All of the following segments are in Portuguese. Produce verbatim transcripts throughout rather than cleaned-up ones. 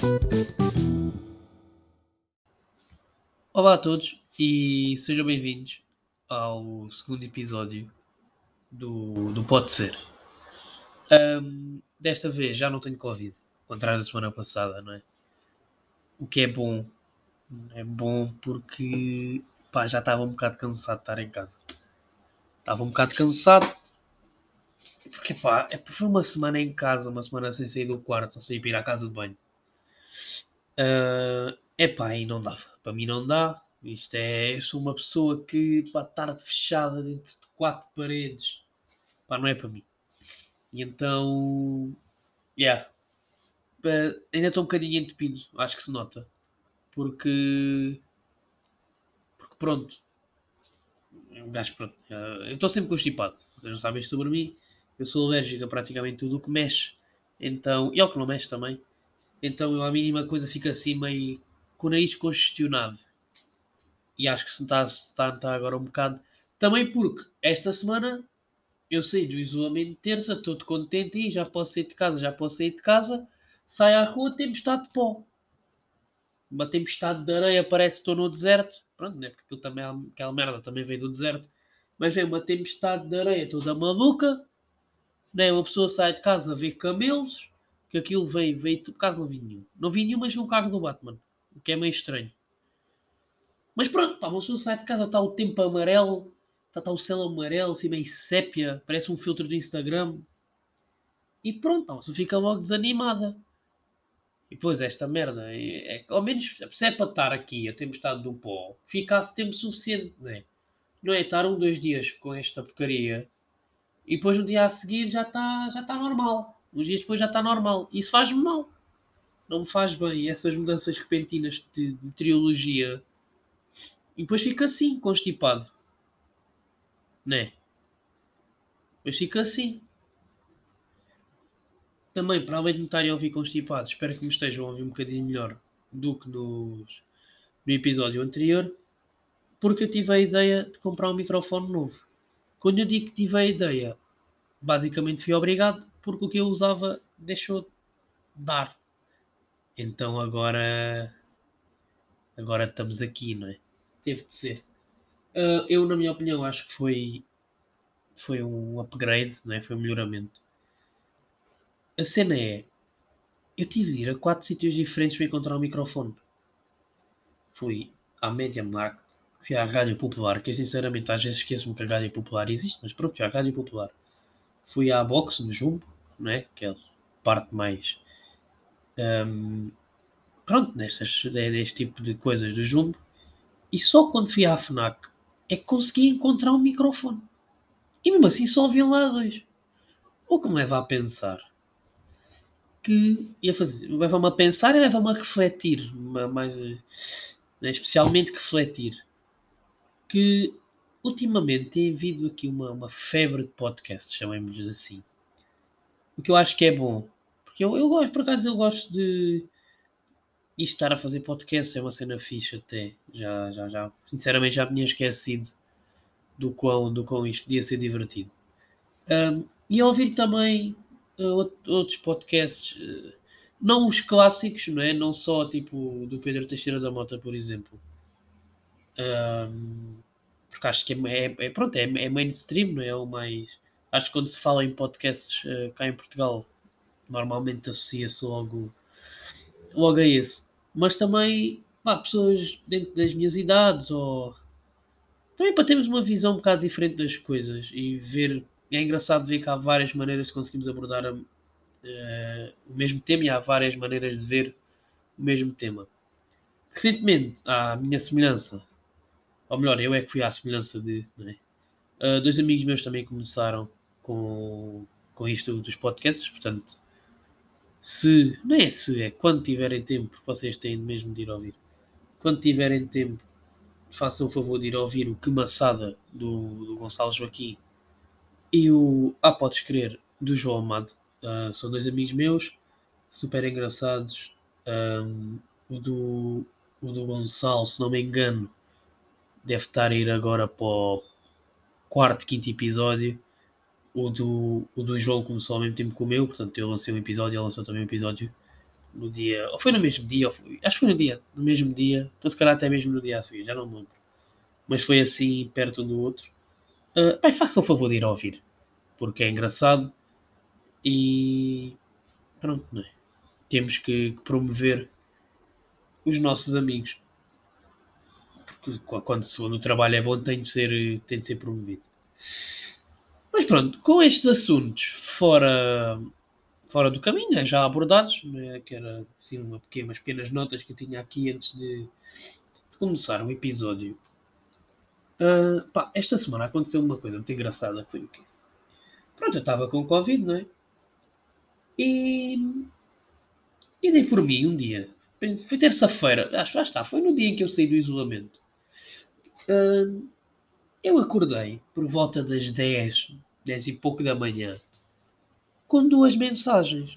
Olá a todos e sejam bem-vindos ao segundo episódio do, do Pode Ser. Ahm, desta vez já não tenho Covid, ao contrário da semana passada, não é? O que é bom. É bom porque pá, já estava um bocado cansado de estar em casa. Estava um bocado cansado porque pá, é, foi uma semana em casa, uma semana sem sair do quarto, sem ir à casa de banho. É pá, e não dava. Para mim não dá. Isto é, eu sou uma pessoa que para estar fechada dentro de quatro paredes, pá, não é para mim. E então, yeah, eh, ainda estou um bocadinho entupido, acho que se nota. Porque, porque pronto, um gajo, pronto, eh, eu estou sempre constipado. Vocês não sabem isto sobre mim. Eu sou alérgico a praticamente tudo o que mexe. Então, e ao que não mexe também. Então, eu, a mínima coisa fica assim meio com o nariz congestionado. E acho que se está, se está, está agora um bocado. Também porque esta semana eu saí do isolamento terça, todo contente e já posso sair de casa, já posso sair de casa. Sai à rua, tempestade de pó. Uma tempestade de areia, parece que estou no deserto. Pronto, né? Porque aquilo também, aquela merda também veio do deserto. Mas vem uma tempestade de areia toda maluca. Né? Uma pessoa sai de casa, vê camelos. Que aquilo veio, veio. Por acaso não vi nenhum. Não vi nenhum, mas vi um carro do Batman. O que é meio estranho. Mas pronto, pá, uma pessoa sai de casa, está o tempo amarelo. Está, está o céu amarelo, assim meio sépia. Parece um filtro do Instagram. E pronto, pá, uma pessoa fica logo desanimada. E depois esta merda, é, é, ao menos se é para estar aqui a tempestade do pó, ficasse tempo suficiente, não é? Não é estar um, dois dias com esta porcaria e depois no dia a seguir já está já tá normal. Uns dias depois já está normal. Isso faz-me mal. Não me faz bem. Essas mudanças repentinas de meteorologia. E depois fica assim, constipado. Não é? Depois fica assim. Também, para além de me estarem a ouvir constipado, espero que me estejam a ouvir um bocadinho melhor do que nos, no episódio anterior. Porque eu tive a ideia de comprar um microfone novo. Quando eu digo que tive a ideia, basicamente fui obrigado, porque o que eu usava deixou de dar. Então agora, agora estamos aqui, não é? Teve de ser. Ah, eu, na minha opinião, acho que foi, foi um upgrade, não é? Foi um melhoramento. A cena é, eu tive de ir a quatro sítios diferentes para encontrar um microfone. Fui à Media Markt, fui à Rádio Popular, que eu sinceramente às vezes esqueço-me que a Rádio Popular existe, mas pronto, fui à Rádio Popular. Fui à box no Jumbo, não é? Que é a parte mais. hum, pronto, nestas, neste tipo de coisas do Jumbo. E só quando fui à FNAC é que consegui encontrar um microfone. E mesmo assim só haviam lá dois. O que me leva a pensar que ia fazer. Leva-me a pensar e leva-me a refletir. Mais, né, especialmente refletir. Que ultimamente tem havido aqui uma, uma febre de podcasts, chamemos-lhe assim. O que eu acho que é bom. Porque eu, eu gosto, por acaso, eu gosto de. E estar a fazer podcast é uma cena fixe até. Já, já, já. Sinceramente já me tinha esquecido do quão, do quão isto podia ser divertido. Um, e a ouvir também uh, outros podcasts. Uh, não os clássicos, não é? Não só tipo do Pedro Teixeira da Mota, por exemplo. Um, porque acho que é, é, é pronto, é, é mainstream, não é? É o mais. Acho que quando se fala em podcasts uh, cá em Portugal, normalmente associa-se logo logo a esse. Mas também, pá, pessoas dentro das minhas idades, ou também para termos uma visão um bocado diferente das coisas e ver. É engraçado ver que há várias maneiras de conseguirmos abordar a- eh, o mesmo tema e há várias maneiras de ver o mesmo tema. Recentemente, à minha semelhança, ou melhor, eu é que fui à semelhança de. Não é? Ah, dois amigos meus também começaram com, com isto dos podcasts, portanto, se. Não é se, é quando tiverem tempo, porque vocês têm mesmo de ir ouvir. Quando tiverem tempo, façam o favor de ir ouvir o Que Maçada do, do Gonçalo Joaquim e o Ah Podes Crer do João Amado. Uh, são dois amigos meus, super engraçados. Um, o, do, o do Gonçalo, se não me engano, deve estar a ir agora para o quarto, quinto episódio. O do, o do João começou ao mesmo tempo que o meu, portanto eu lancei um episódio e ele lançou também um episódio no dia, ou foi no mesmo dia, ou foi, acho que foi no dia, no mesmo dia, então se calhar até mesmo no dia a seguir, já não me lembro. Mas foi assim, perto um do outro. Uh, pai, faça o favor de ir ouvir, porque é engraçado e pronto, não é? Temos que, que promover os nossos amigos. Porque quando, quando o trabalho é bom tem de ser, tem de ser promovido. Mas pronto, com estes assuntos fora, fora do caminho, né, já abordados, né, que era assim, uma pequena, umas pequenas notas que eu tinha aqui antes de, de começar o episódio. Uh, pá, esta semana aconteceu uma coisa muito engraçada, que foi o quê? Pronto, eu estava com Covid, não é? E, e dei por mim um dia. Foi terça-feira, acho que está, foi no dia em que eu saí do isolamento. Uh, eu acordei por volta das dez, dez e pouco da manhã, com duas mensagens.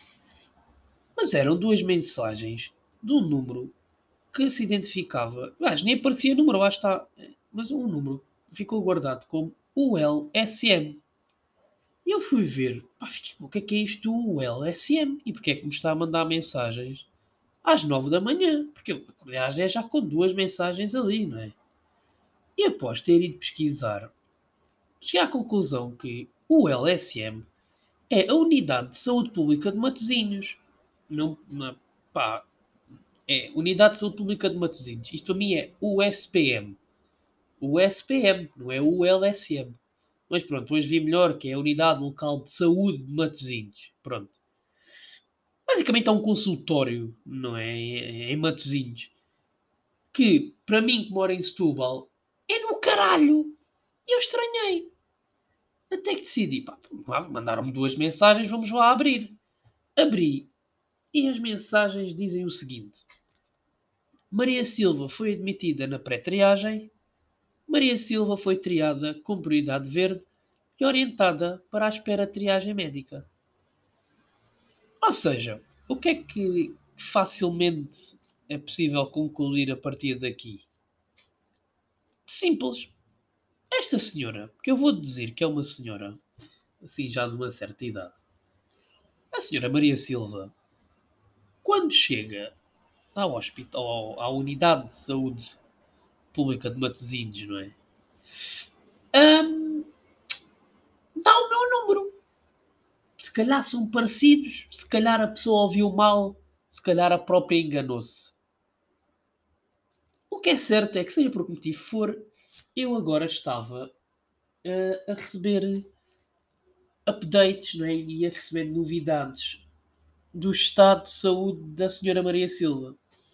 Mas eram duas mensagens de um número que se identificava. Mas nem aparecia número, lá está. Mas um número ficou guardado como U L S M. E eu fui ver, pá, fiquei, o que é que é isto do U L S M? E porque é que me está a mandar mensagens às nove da manhã? Porque eu acordei às dez já com duas mensagens ali, não é? E após ter ido pesquisar, cheguei à conclusão que o U L S M é a Unidade de Saúde Pública de Matosinhos. Não, não, pá, é Unidade de Saúde Pública de Matosinhos. Isto para mim é U S P M. O S P M, não é o U L S M. Mas pronto, depois vi melhor que é a Unidade Local de Saúde de Matosinhos. Pronto. Basicamente é um consultório, não é? Em Matosinhos. Que, para mim que moro em Setúbal, é no caralho. E eu estranhei. Até que decidi, pá, mandaram-me duas mensagens, vamos lá abrir. Abri. E as mensagens dizem o seguinte. Maria Silva foi admitida na pré-triagem. Maria Silva foi triada com prioridade verde e orientada para a espera de triagem médica. Ou seja, o que é que facilmente é possível concluir a partir daqui? Simples. Esta senhora, que eu vou dizer que é uma senhora, assim já de uma certa idade, a senhora Maria Silva, quando chega ao hospital, à unidade de saúde pública de Matosinhos, não é? Hum, dá o meu número. Se calhar são parecidos, se calhar a pessoa ouviu mal, se calhar a própria enganou-se. O que é certo é que, seja por que motivo for, eu agora estava uh, a receber updates, não é? E a receber novidades do estado de saúde da senhora Maria Silva.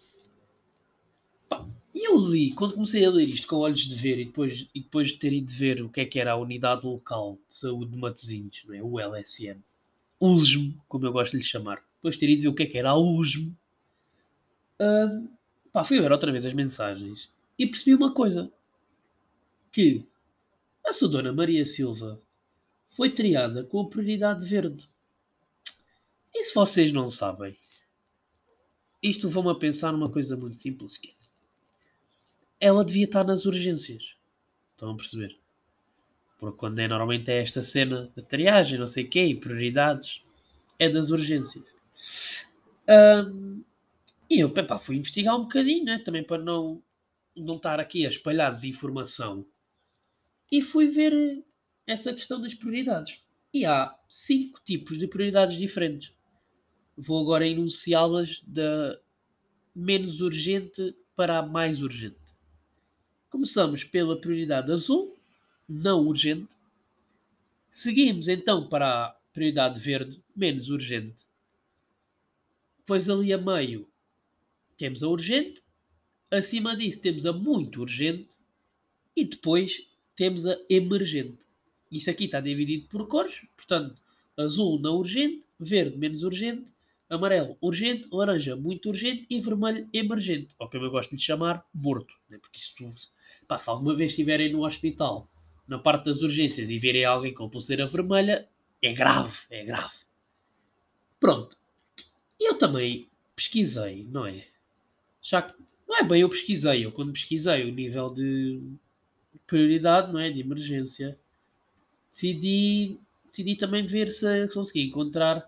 E eu li, quando comecei a ler isto com olhos de ver e depois, e depois de ter ido ver o que é que era a Unidade Local de Saúde de Matosinhos, não é? O U L S M, U L S M, como eu gosto de lhe chamar, depois de ter ido ver o que é que era a U L S M, hum, pá, fui ver outra vez as mensagens e percebi uma coisa, que a sua dona Maria Silva foi triada com a prioridade verde. E se vocês não sabem, isto levou-me a pensar numa coisa muito simples, que é, ela devia estar nas urgências. Estão a perceber? Porque quando é normalmente é esta cena da triagem, não sei o quê, e prioridades, é das urgências. Hum, e eu, pá, fui investigar um bocadinho, né? Também para não, não estar aqui a espalhar desinformação. E fui ver essa questão das prioridades. E há cinco tipos de prioridades diferentes. Vou agora enunciá-las da menos urgente para a mais urgente. Começamos pela prioridade azul, não urgente. Seguimos então para a prioridade verde, menos urgente. Depois ali a meio temos a urgente. Acima disso temos a muito urgente. E depois temos a emergente. Isto aqui está dividido por cores. Portanto, azul não urgente, verde menos urgente, amarelo urgente, laranja muito urgente e vermelho emergente. Ou como eu gosto de lhe chamar, morto. Né? Porque isto, pá, se alguma vez estiverem no hospital, na parte das urgências, e verem alguém com pulseira vermelha, é grave, é grave. Pronto. E eu também pesquisei, não é? Já que, não é bem eu pesquisei, eu quando pesquisei o nível de prioridade, não é? De emergência, decidi, decidi também ver se consegui encontrar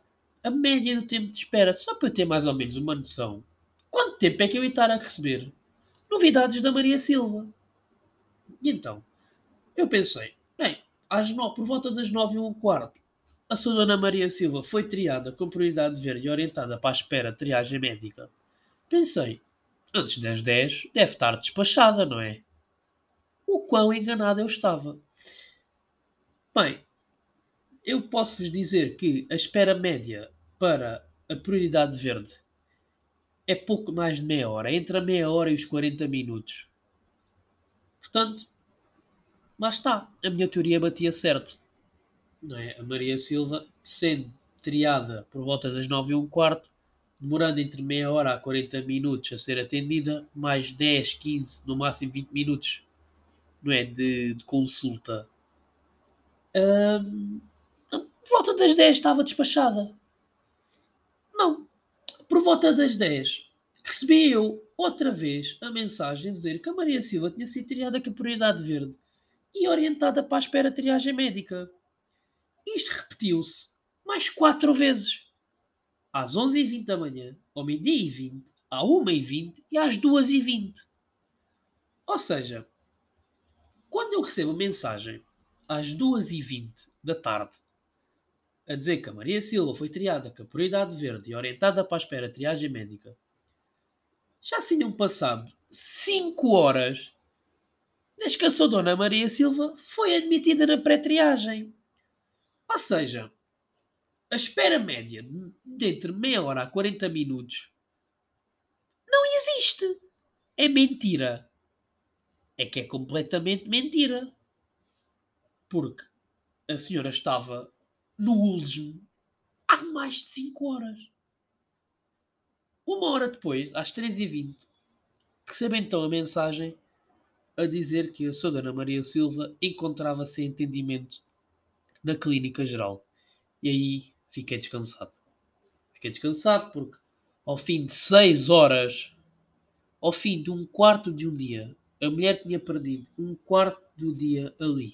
a média do tempo de espera, só para eu ter mais ou menos uma noção. Quanto tempo é que eu ia estar a receber novidades da Maria Silva? E então, eu pensei, bem, às nove, por volta das nove e um quarto, a sua Dona Maria Silva foi triada com prioridade verde e orientada para a espera de triagem médica. Pensei, antes das dez deve estar despachada, não é? O quão enganado eu estava. Bem, eu posso-vos dizer que a espera média para a prioridade verde é pouco mais de meia hora, entre a meia hora e os quarenta minutos. Portanto, lá está, a minha teoria batia certo. Não é? A Maria Silva, sendo triada por volta das nove e um quarto, demorando entre meia hora a quarenta minutos a ser atendida, mais dez, quinze, no máximo vinte minutos, não é? De, de consulta. Hum, por volta das dez estava despachada. Não, por volta das dez recebi eu outra vez a mensagem a dizer que a Maria Silva tinha sido triada com a prioridade verde e orientada para a espera de triagem médica. Isto repetiu-se mais quatro vezes. Às onze e vinte da manhã, ao meio-dia e vinte, à uma e vinte e às duas e vinte. Ou seja, quando eu recebo a mensagem às duas e vinte da tarde a dizer que a Maria Silva foi triada com a prioridade verde e orientada para a espera de triagem médica, já se tinham passado cinco horas desde que a sua Dona Maria Silva foi admitida na pré-triagem. Ou seja, a espera média de entre meia hora a quarenta minutos não existe. É mentira. É que é completamente mentira. Porque a senhora estava no último há mais de cinco horas. Uma hora depois, às três e vinte, recebe então a mensagem a dizer que a sua Dona Maria Silva encontrava-se em entendimento na clínica geral. E aí fiquei descansado. Fiquei descansado porque ao fim de seis horas, ao fim de um quarto de um dia, a mulher tinha perdido um quarto do dia ali,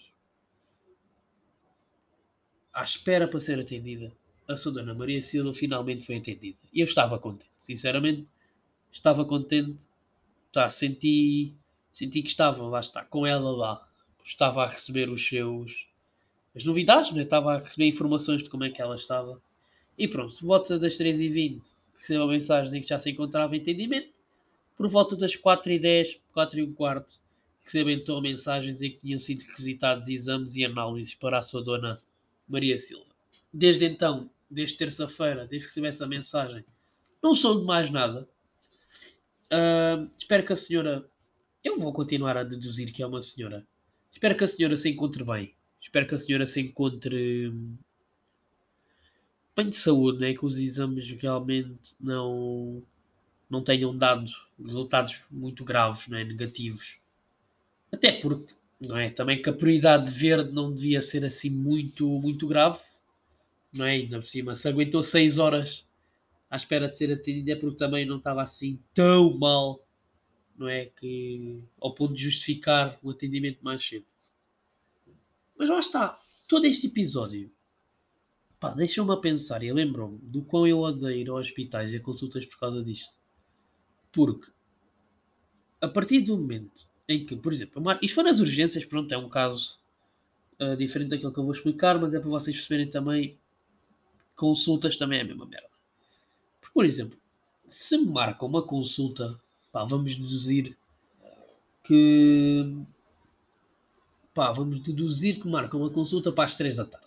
à espera para ser atendida. A sua Dona Maria Silva finalmente foi atendida. E eu estava contente. Sinceramente, estava contente. Tá, senti, senti que estava, lá está, com ela lá. Estava a receber os seus... as novidades, né? Estava a receber informações de como é que ela estava. E pronto, por volta das três e vinte, recebeu a mensagem que já se encontrava em entendimento. Por volta das quatro e dez, quatro e um quarto, recebeu então a mensagem a dizer que tinham sido requisitados exames e análises para a sua Dona Maria Silva. Desde então, desde terça-feira, desde que recebi essa mensagem, não soube de mais nada. Uh, espero que a senhora... Eu vou continuar a deduzir que é uma senhora. Espero que a senhora se encontre bem. Espero que a senhora se encontre hum, bem de saúde, né? Que os exames realmente não, não tenham dado resultados muito graves, né? Negativos. Até porque, não é? Também que a prioridade verde não devia ser assim muito, muito grave, não é? Ainda por cima, se aguentou seis horas à espera de ser atendida é porque também não estava assim tão mal, não é? Que ao ponto de justificar o atendimento mais cedo. Mas lá está, todo este episódio, pá, deixa-me a pensar e lembro-me do quão eu odeio ir aos hospitais e a consultas por causa disto. Porque, a partir do momento em que, por exemplo, isto foi nas urgências, pronto, é um caso uh, diferente daquilo que eu vou explicar, mas é para vocês perceberem também, consultas também é a mesma merda. Porque, por exemplo, se me marcam uma consulta, pá, vamos deduzir que... Pá, vamos deduzir que marcam uma consulta para as três da tarde.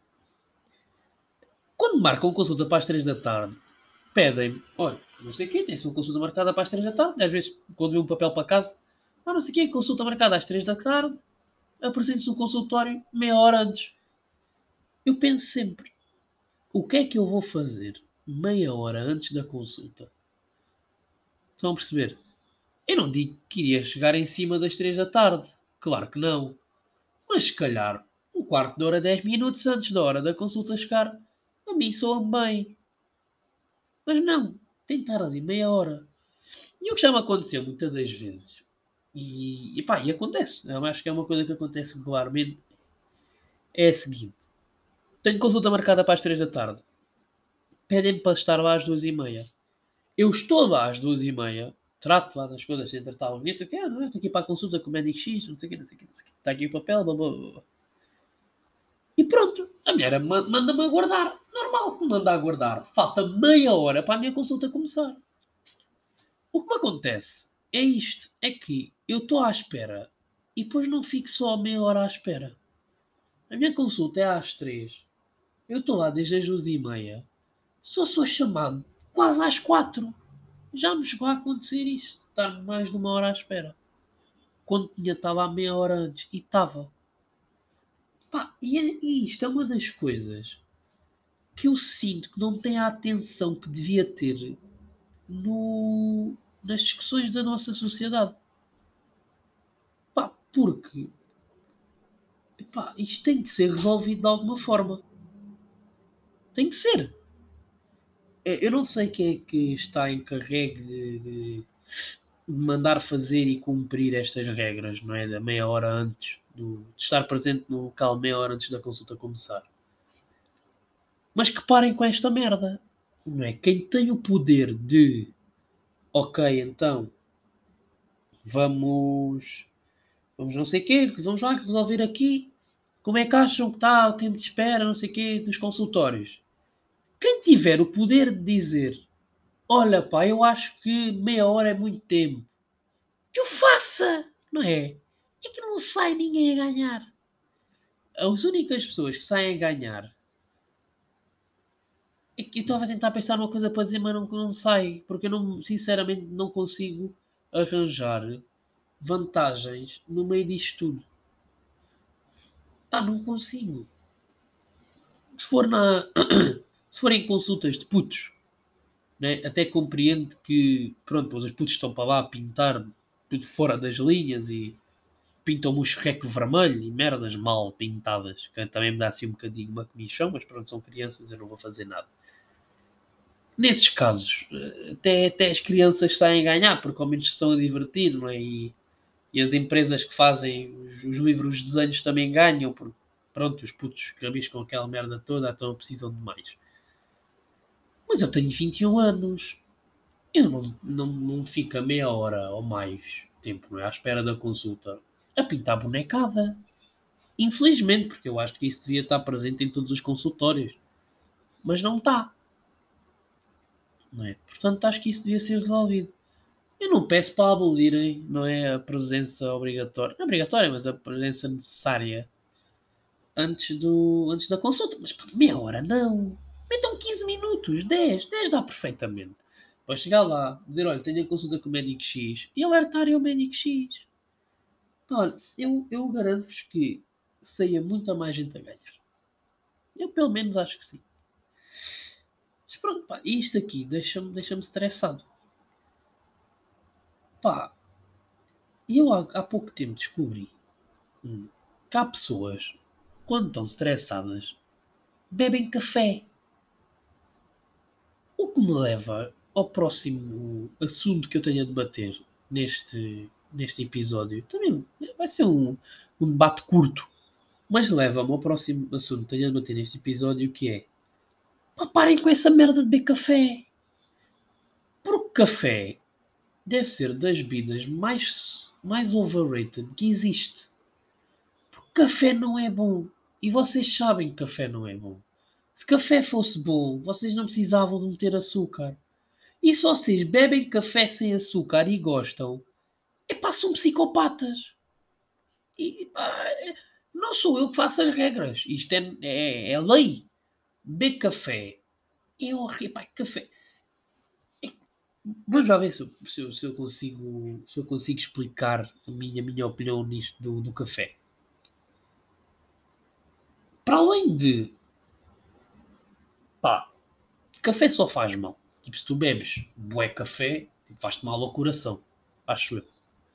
Quando marcam consulta para as três da tarde, pedem-me, olha, não sei o quê, tem-se uma consulta marcada para as três da tarde, às vezes, quando vem um papel para casa, ah, não sei o quê, consulta marcada às três da tarde, apresente-se um consultório meia hora antes. Eu penso sempre, o que é que eu vou fazer meia hora antes da consulta? Estão a perceber? Eu não digo que iria chegar em cima das três da tarde. Claro que não. Mas se calhar, um quarto de hora, dez minutos antes da hora da consulta chegar, a mim soa-me bem. Mas não, tem que estar ali meia hora. E o que já me aconteceu muitas das vezes, e, e pá, e acontece, eu acho que é uma coisa que acontece regularmente, é a seguinte. Tenho consulta marcada para as três da tarde. pedem-me para estar lá às duas e meia. Eu estou lá às duas e meia, trato lá das coisas, sem tratar o nisso, que ah, não, estou aqui para a consulta com o médico X, não sei o quê, não sei o quê, não sei o quê. Está aqui o papel, blá, blá, blá. E pronto, a mulher manda-me aguardar. Normal que me manda aguardar. Falta meia hora para a minha consulta começar. O que me acontece é isto, é que eu estou à espera e depois não fico só meia hora à espera. A minha consulta é às três. Eu estou lá desde as duas e meia. Só sou chamado quase às quatro. Já me chegou a acontecer isto. Estar mais de uma hora à espera. Quando tinha estava há meia hora antes. E estava. Pá, e, é, e isto é uma das coisas que eu sinto que não tem a atenção que devia ter no, nas discussões da nossa sociedade. Pá, porque pá, isto tem de ser resolvido de alguma forma. Tem que ser. Eu não sei quem é que está encarregue de, de mandar fazer e cumprir estas regras, não é? Da meia hora antes, do, de estar presente no local meia hora antes da consulta começar. Mas que parem com esta merda. Não é? Quem tem o poder de ok, então vamos vamos não sei o quê, vamos lá resolver aqui. Como é que acham que está o tempo de espera, não sei o quê, dos consultórios? Quem tiver o poder de dizer olha pá, eu acho que meia hora é muito tempo. Que o faça, não é? É que não sai ninguém a ganhar. As únicas pessoas que saem a ganhar é que eu estava a tentar pensar numa coisa para dizer, mas não, não sai, porque eu não, sinceramente não consigo arranjar vantagens no meio disto tudo. Pá, não consigo. Se for na. Se forem consultas de putos, né, até compreendo que, pronto, os putos estão para lá a pintar tudo fora das linhas e pintam-me o churreco vermelho e merdas mal pintadas, que também me dá assim um bocadinho uma comichão, mas pronto, são crianças, eu não vou fazer nada. Nesses casos, até, até as crianças saem a ganhar, porque ao menos se estão a divertir, não é? E, e as empresas que fazem os, os livros de desenhos também ganham, porque pronto, os putos que rabiscam aquela merda toda, então precisam de mais. Mas eu tenho vinte e um anos, eu não, não, não fico a meia hora ou mais tempo, não é? À espera da consulta a pintar bonecada. Infelizmente, porque eu acho que isso devia estar presente em todos os consultórios. Mas não está. Não é? Portanto, acho que isso devia ser resolvido. Eu não peço para abolirem, não é, a presença obrigatória. Não é obrigatória, mas a presença necessária antes, do, antes da consulta. Mas para meia hora não. Metam quinze minutos, dez. dez dá perfeitamente. Para chegar lá, dizer, olha, tenho a consulta com o médico X e alertarem o médico X. Olha, eu, eu garanto-vos que saia muita mais gente a ganhar. Eu pelo menos acho que sim. Mas pronto, pá, isto aqui deixa-me deixa estressado. Pá, eu há, há pouco tempo descobri hum, que há pessoas, quando estão estressadas, bebem café. O que me leva ao próximo assunto que eu tenho a debater neste, neste episódio. Também vai ser um, um debate curto, mas leva-me ao próximo assunto que tenho a debater neste episódio, que é pá, parem com essa merda de beber café. Porque café deve ser das bebidas mais, mais overrated que existe. Porque café não é bom. E vocês sabem que café não é bom. Se café fosse bom, vocês não precisavam de meter açúcar. E se vocês bebem café sem açúcar e gostam, é pá, são psicopatas. E, pá, não sou eu que faço as regras. Isto é, é, é lei. Beber café é horrível. Pá, café. Vamos lá ver se, eu- se eu, se eu consigo, se eu consigo explicar a minha, a minha opinião nisto do, do café. Para além de, pá, café só faz mal. Tipo, se tu bebes bué café, tipo, faz-te mal ao coração. Acho eu.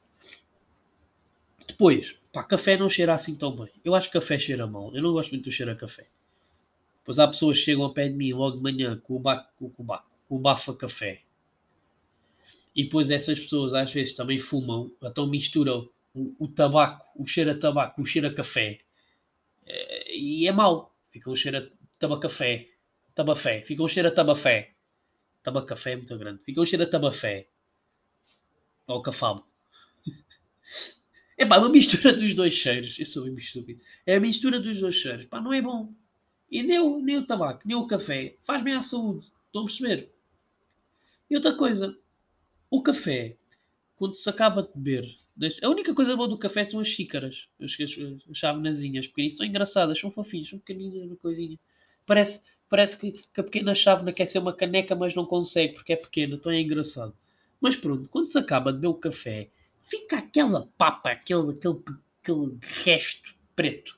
Depois, pá, café não cheira assim tão bem. Eu acho que café cheira mal. Eu não gosto muito do cheiro a café. Pois há pessoas que chegam ao pé de mim logo de manhã com o baco, com, com, baco, com o bafo a café. E depois essas pessoas às vezes também fumam, então misturam o, o tabaco, o cheiro a tabaco, o cheiro a café. E é mau. Fica um cheiro a tabaco-café. Tabafé. Fica um cheiro a tabafé. Tabacafé é muito grande. Fica um cheiro a tabafé. Ou cafabo. É pá, uma mistura dos dois cheiros. Eu sou bem estúpido. É a mistura dos dois cheiros. Pá, não é bom. E nem o, nem o tabaco, nem o café faz bem à saúde. Estão a perceber? E outra coisa. O café, quando se acaba de beber, a única coisa boa do café são as xícaras. As, as, as chavenazinhas pequeninas. São engraçadas, são fofinhas, são pequeninas, uma coisinha. Parece, parece que, que a pequena chávena quer ser uma caneca, mas não consegue, porque é pequena. Então é engraçado. Mas pronto, quando se acaba de beber o café, fica aquela papa, aquele, aquele, aquele resto preto.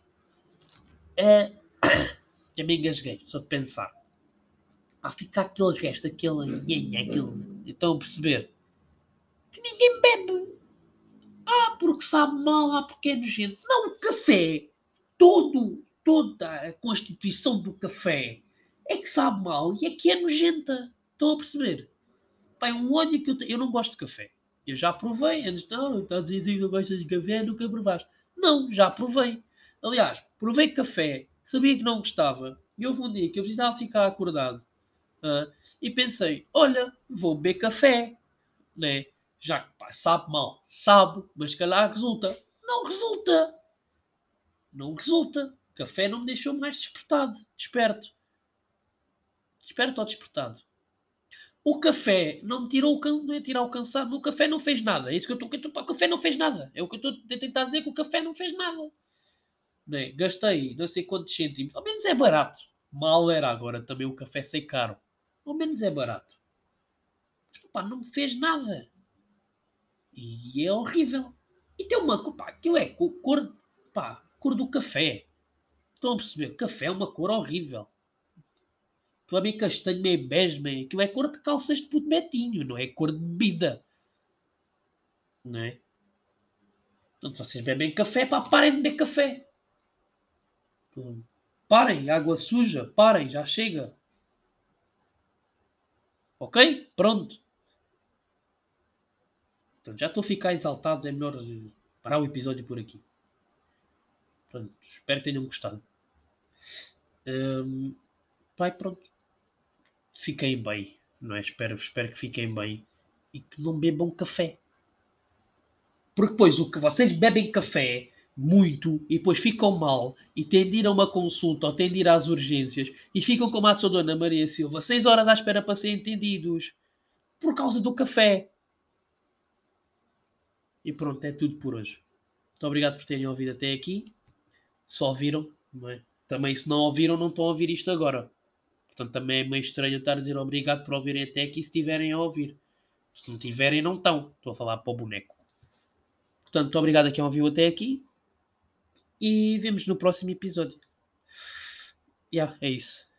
É, já me engasguei, só de pensar. Ah, fica aquele resto, aquele nhenha, aquele... Estão a perceber? Que ninguém bebe. Ah, porque sabe mal, ah, porque é nojento. Não, o café, todo, toda a constituição do café é que sabe mal e é que é nojenta. Estão a perceber? Pá, é um ódio que eu tenho. Eu não gosto de café. Eu já provei. Antes, não, estás a dizer que não gostas de café, nunca provaste. Não, já provei. Aliás, provei café, sabia que não gostava. E houve um dia que eu precisava ficar acordado. ah, e pensei, olha, vou beber café, né? Já que pá, sabe mal, sabe, mas se calhar resulta. Não resulta. Não resulta. Café não me deixou mais despertado, desperto. Desperto ou despertado? O café não me tirou o cansado, não é tirar o cansado. O café não fez nada. É isso que eu estou. O café não fez nada. É o que eu estou a tentar dizer, que o café não fez nada. Não é? Gastei não sei quantos cêntimos. Ao menos é barato. Mal era agora também o café ser caro. Ao menos é barato. Mas pá, não me fez nada. E é horrível. E tem uma cor, pá, aquilo é cor, pá, cor do café. Estão a perceber? Café é uma cor horrível. Aquilo é meio castanho, meio bege, meio... Aquilo é cor de calças de puto betinho, não é cor de bebida. Não é? Portanto, vocês bebem café, pá, parem de beber café. Parem, água suja, parem, já chega. Ok? Pronto. Então, já estou a ficar exaltado, é melhor parar o episódio por aqui. Pronto, espero que tenham gostado. Um, pai, pronto. Fiquem bem, não é? Espero, espero que fiquem bem e que não bebam café. Porque depois o que vocês bebem café muito e depois ficam mal e têm de ir a uma consulta ou têm de ir às urgências e ficam como a sua dona Maria Silva, seis horas à espera para serem entendidos por causa do café. E pronto, é tudo por hoje. Muito obrigado por terem ouvido até aqui. Se ouviram, não é? Também se não ouviram, não estão a ouvir isto agora. Portanto, também é meio estranho estar a dizer obrigado por ouvirem até aqui se estiverem a ouvir. Se não tiverem, não estão. Estou a falar para o boneco. Portanto, muito obrigado a quem ouviu até aqui. E vemos no próximo episódio. Yeah, é isso.